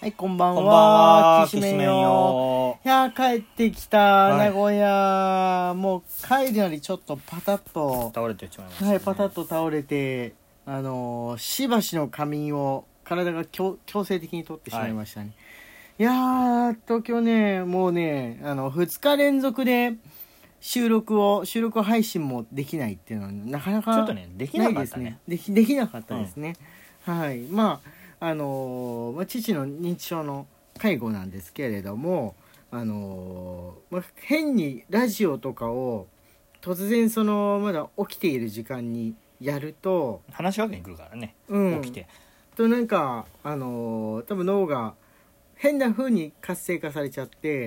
はい、こんばんは。 こんばんは。 きしめんよ。いやー、帰ってきた、 はい名古屋。もう帰るなりちょっとパタッと、 倒れてしまいました、ね。 はい、パタッと倒れて、しばしの仮眠を体が強制的に取ってしまいましたね。いやー、東京ね、もうね、2日連続で収録配信もできないっていうのは、なかなかちょっとね、できなかったね。 できなかったですね。はい。まあ、父の認知症の介護なんですけれども、変にラジオとかを突然まだ起きている時間にやると話しかけに来るからね、起きてとなんか多分脳が変な風に活性化されちゃって、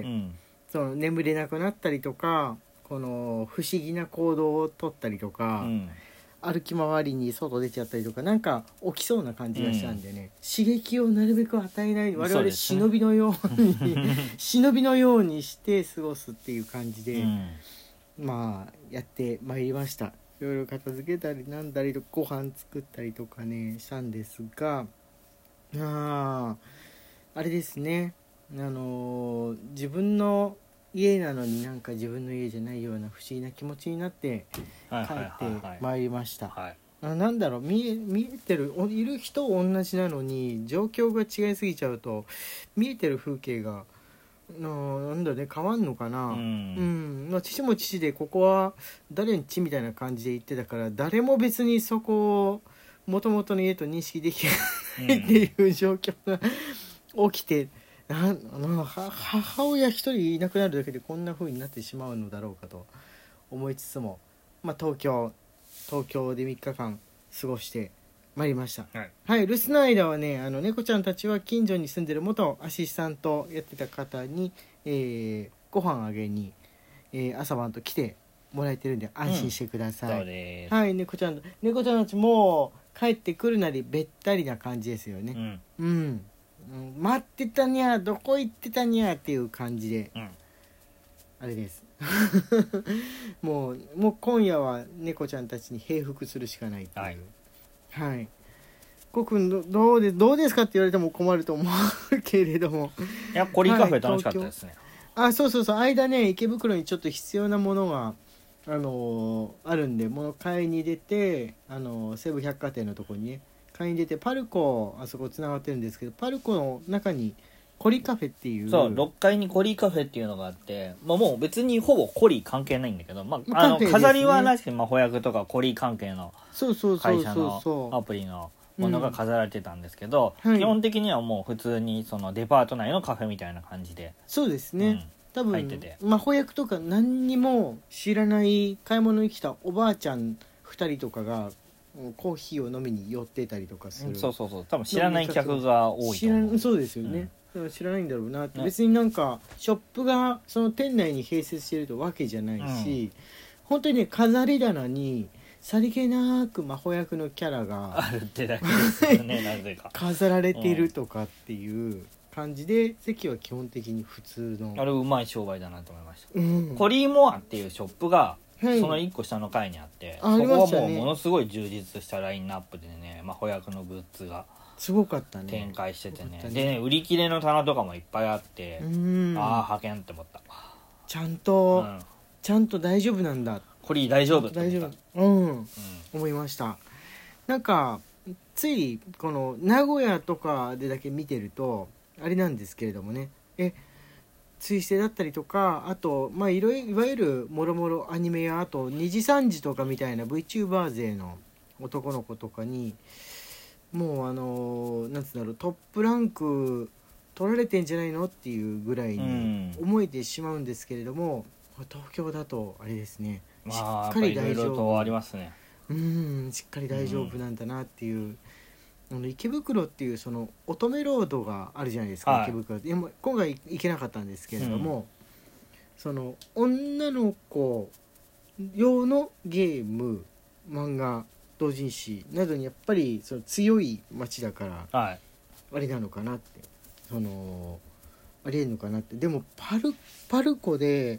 その眠れなくなったりとか、この不思議な行動を取ったりとか、歩き回りに外出ちゃったりとか、なんか起きそうな感じがしたんでね、刺激をなるべく与えない、我々忍びのように忍びのようにして過ごすっていう感じで、まあやってまいりました。いろいろ片付けたりなんだりとご飯作ったりとかねしたんですが、あれですね、自分の家なのになんか自分の家じゃないような不思議な気持ちになって帰ってまいりました。なんだろう、見えてるいる人同じなのに状況が違いすぎちゃうと見えてる風景がなんだね、変わんのかな。まあ、父も父でここは誰ん家みたいな感じで言ってたから、誰も別にそこを元々の家と認識できないっていう状況が起きて、母親一人いなくなるだけでこんな風になってしまうのだろうかと思いつつも、まあ、東京で3日間過ごしてまいりました。はい、留守の間はね、猫ちゃんたちは近所に住んでる元アシスタントやってた方に、ご飯あげに、朝晩と来てもらえてるんで安心してください。 そうです。 はい、猫ちゃんたちも帰ってくるなりべったりな感じですよね。待ってたにゃ、どこ行ってたにゃっていう感じで、あれですもう今夜は猫ちゃんたちに平服するしかないっていう。はい。コくんどうですかって言われても困ると思うけれども、 いやコリーカフェ楽しかったですね。 そう間ね、池袋にちょっと必要なものがあるんで、物買いに出て、西武百貨店のところにね買いに出て、パルコあそこつながってるんですけど、パルコの中にコリカフェっていう、 そう6階にコリーカフェっていうのがあって、もう別にほぼコリー関係ないんだけど、飾りはなしに魔法薬とかコリー関係の会社のアプリのものが飾られてたんですけど、基本的にはもう普通にそのデパート内のカフェみたいな感じで、 そうですね、多分魔法薬とか何にも知らない買い物に来たおばあちゃん2人とかがコーヒーを飲みに寄ってたりとかする。そう多分知らない客が多いと思う。 そうですよね、知らないんだろうなって、別になんかショップがその店内に併設してるとわけじゃないし、本当にね、飾り棚にさりげなく魔法薬のキャラがあるってだけですよねなぜか飾られているとかっていう感じで、席は基本的に普通の、 あれうまい商売だなと思いました。コリーモアっていうショップがその1個下の階にあって、そこはもうものすごい充実したラインナップでね、魔法薬のグッズがすごかったね、 展開しててね、でね、売り切れの棚とかもいっぱいあって、派遣って思った。 ちゃんと大丈夫なんだ、 コリー大丈夫って思った。 思いました。なんかついこの名古屋とかでだけ見てるとあれなんですけれどもね、追星だったりとか、あとまあいわゆるもろもろアニメや、あと2時3時とかみたいな VTuber 勢の男の子とかにもうなんつうんだろう、トップランク取られてんじゃないのっていうぐらいに思えてしまうんですけれども、東京だとあれですね、しっかり大丈夫、 ありますね。 しっかり大丈夫なんだなっていう、池袋っていうその乙女ロードがあるじゃないですか、池袋で今回行けなかったんですけれども、その女の子用のゲーム、漫画、同人誌などにやっぱりその強い街だから、あれなのかなって、ありえるのかなって。でもパルコで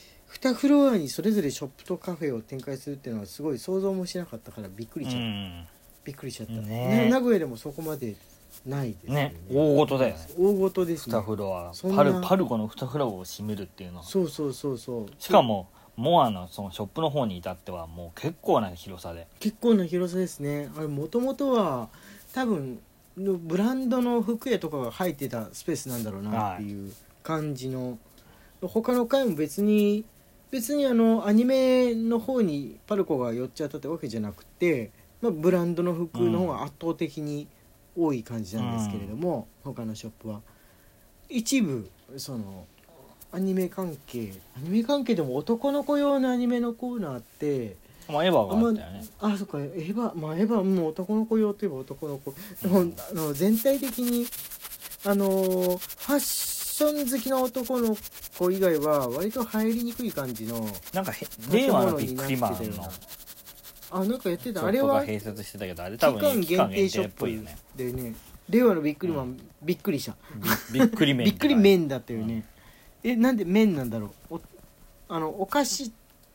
2フロアにそれぞれショップとカフェを展開するっていうのはすごい想像もしなかったからびっくりしちゃった、ね、名古屋でもそこまでないですね。大事だよね。 大事ですね。 2フロアパルコの2フロアを占めるっていうのは。 そうそうそうそう。 しかもモアのそのショップの方に至ってはもう結構な広さで。 結構な広さですね。あれもともとは多分ブランドの服屋とかが入ってたスペースなんだろうなっていう感じの、はい、他の階も別にアニメの方にパルコが寄っちゃったってわけじゃなくて、まあ、ブランドの服の方が圧倒的に多い感じなんですけれども、他のショップは一部そのアニメ関係でも男の子用のアニメのコーナーってエヴァがあったよね。 そっか、エヴァもう男の子用といえば男の子、全体的にファッション好きな男の子以外は割と入りにくい感じのなんか令和のビックリマンのなんかやってた、あれは併設してたけど、あれ多分期間限定っぽいよね。 でね、令和のビックリマン、びっくりした。 びっくり麺びっくり麺だったよね。なんで麺なんだろう。お菓子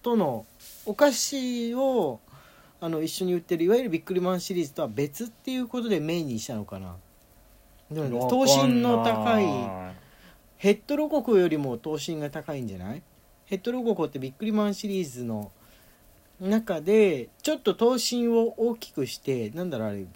を一緒に売ってるいわゆるビックリマンシリーズとは別っていうことでメインにしたのかな。頭身の高いヘッドロココよりも頭身が高いんじゃない？ヘッドロココってビックリマンシリーズの中でちょっと頭身を大きくして、なんだろう、あれ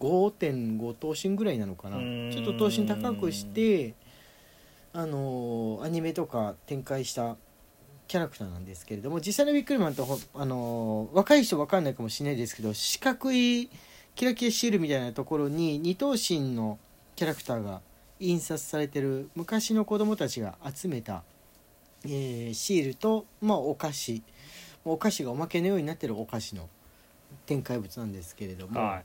5.5 頭身ぐらいなのかな。ちょっと頭身高くしてアニメとか展開したキャラクターなんですけれども、実際のビックリマンと若い人分かんないかもしれないですけど、四角いキラキラシールみたいなところに二頭身のキャラクターが印刷されてる昔の子供たちが集めた、シールと、お菓子がおまけのようになってるお菓子の展開物なんですけれども、はい、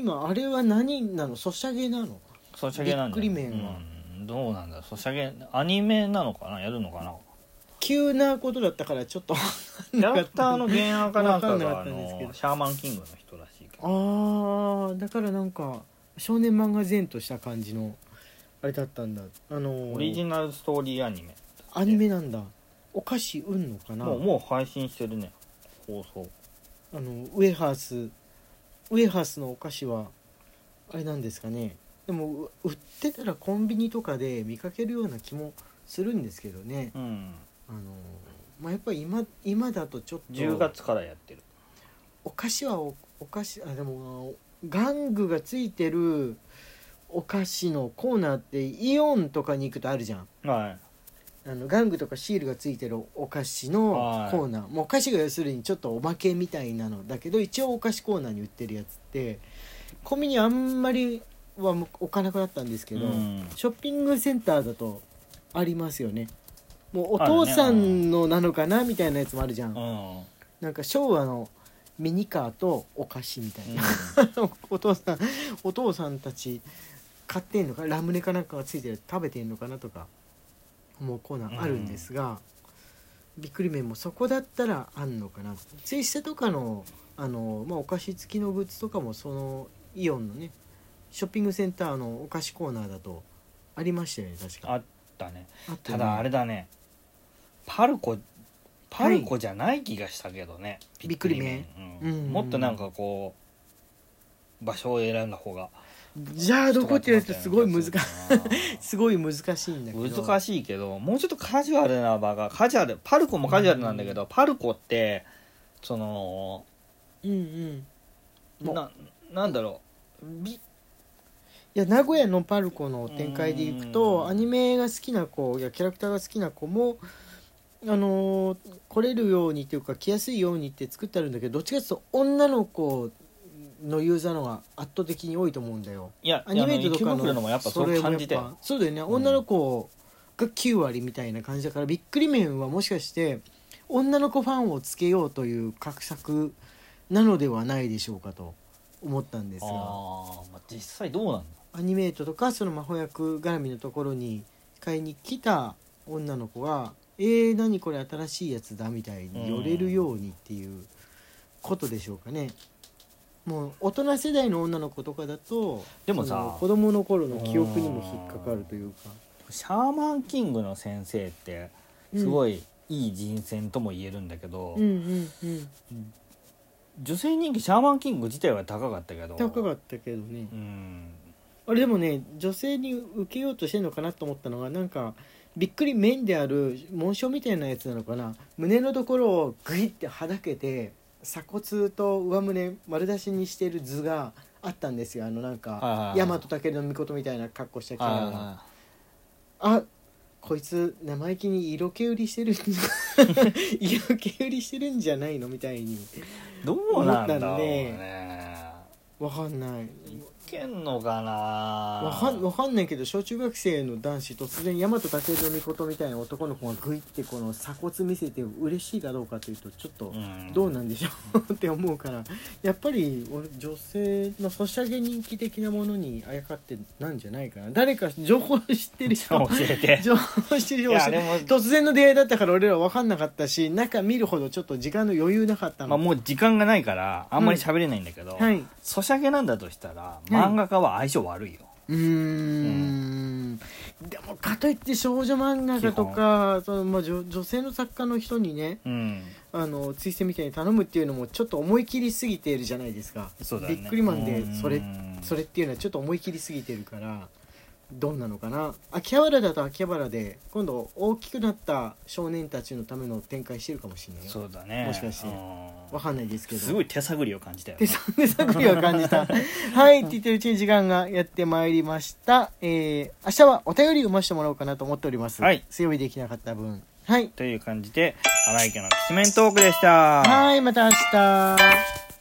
今あれは何なの？ソシャゲなの？ ソシャゲなんだよ。 ビックリ麺は、 どうなんだ、ソシャゲアニメなのかな、やるのかな。 急なことだったからちょっとキャラクターの原案かなんかがシャーマンキングの人らしいけど、だからなんか少年漫画前とした感じのあれだったんだ。 オリジナルストーリーアニメなんだ。お菓子売んのかな。 もう配信してるね、放送。 ウエハースのお菓子はあれなんですかね。でも売ってたらコンビニとかで見かけるような気もするんですけどね。やっぱり今だとちょっと 10月からやってるお菓子でも玩具がついてるお菓子のコーナーってイオンとかに行くとあるじゃん。 はい。 玩具とかシールがついてるお菓子のコーナー、もうお菓子が要するにちょっとおまけみたいなのだけど、一応お菓子コーナーに売ってるやつってコンビニあんまりは置かなくなったんですけど、ショッピングセンターだとありますよね。もうお父さんのなのかなみたいなやつもあるじゃん。なんか昭和のミニカーとお菓子みたいな、お父さんたち買ってんのか、ラムネかなんかがついてる食べてんのかなとかもうコーナーあるんですが、びっくり麺もそこだったらあんのかな。ツイステとかのお菓子付きのグッズとかもそのイオンのねショッピングセンターのお菓子コーナーだとありましたよね、確か。 あったね。ただあれだね、パルコじゃない気がしたけどね、 びっくり麺、 もっとなんかこう場所を選んだ方が。 じゃあどこって言うとすごい難しいんだけど、 難しいけど、もうちょっとカジュアルな場が、パルコもカジュアルなんだけど、パルコってそのなんだろう、 いや名古屋のパルコの展開でいくと、アニメが好きな子やキャラクターが好きな子も来れるようにというか来やすいようにって作ってあるんだけど、どっちかというと女の子のユーザーの方が圧倒的に多いと思うんだよ。 いやアニメートとかのもやっぱそういう感じで、 そうだよね、女の子が9割みたいな感じだから、びっくり麺はもしかして女の子ファンをつけようという画策なのではないでしょうかと思ったんですが、 実際どうなんだ。 アニメートとかその魔法役絡みのところに買いに来た女の子が何これ新しいやつだみたいに寄れるようにっていうことでしょうかね。もう大人世代の女の子とかだとでもさ、 子供の頃の記憶にも引っかかるというか、 シャーマンキングの先生ってすごいいい人選とも言えるんだけど、女性人気シャーマンキング自体は高かったけどね、 俺でもね女性に受けようとしてるのかなと思ったのがなんかびっくり面である紋章みたいなやつなのかな、胸のところをグイッてはだけて鎖骨と上胸丸出しにしてる図があったんですよ。なんか大和武尊みたいな格好したキャラが、あこいつ生意気に色気売りしてる色気売りしてるんじゃないのみたいにどうなんだろうね。 わかんない。 いけんのかな。 わかんないけど小中学生の男子突然大和武尊みたいな男の子がグイってこの鎖骨見せて嬉しいかどうかというとちょっとどうなんでしょうって思うから、やっぱり俺女性のソシャゲ人気的なものにあやかってなんじゃないかな。誰か情報知ってる人教えて。 情報知ってる人突然の出会いだったから俺ら分かんなかったし、中見るほどちょっと時間の余裕なかったの。 もう時間がないからあんまり喋れないんだけど、はい、ソシャゲなんだとしたら漫画家は相性悪いよ。 でもかといって少女漫画家とかその、女性の作家の人にね、追跡みたいに頼むっていうのもちょっと思い切りすぎているじゃないですか。 そうだね、 ビックリマンでそれっていうのはちょっと思い切りすぎてるからどうなのかな。秋葉原だと秋葉原で今度大きくなった少年たちのための展開してるかもしれないよ。 そうだね、 もしかしてわかんないですけど、 すごい手探りを感じたよ。 手探りを感じたはいって言ってるうちに時間がやってまいりました。明日はお便り読ませてもらおうかなと思っております。 はい、 水曜日できなかった分、はい、 という感じで荒井家のきしめんトークでした。 はい、また明日。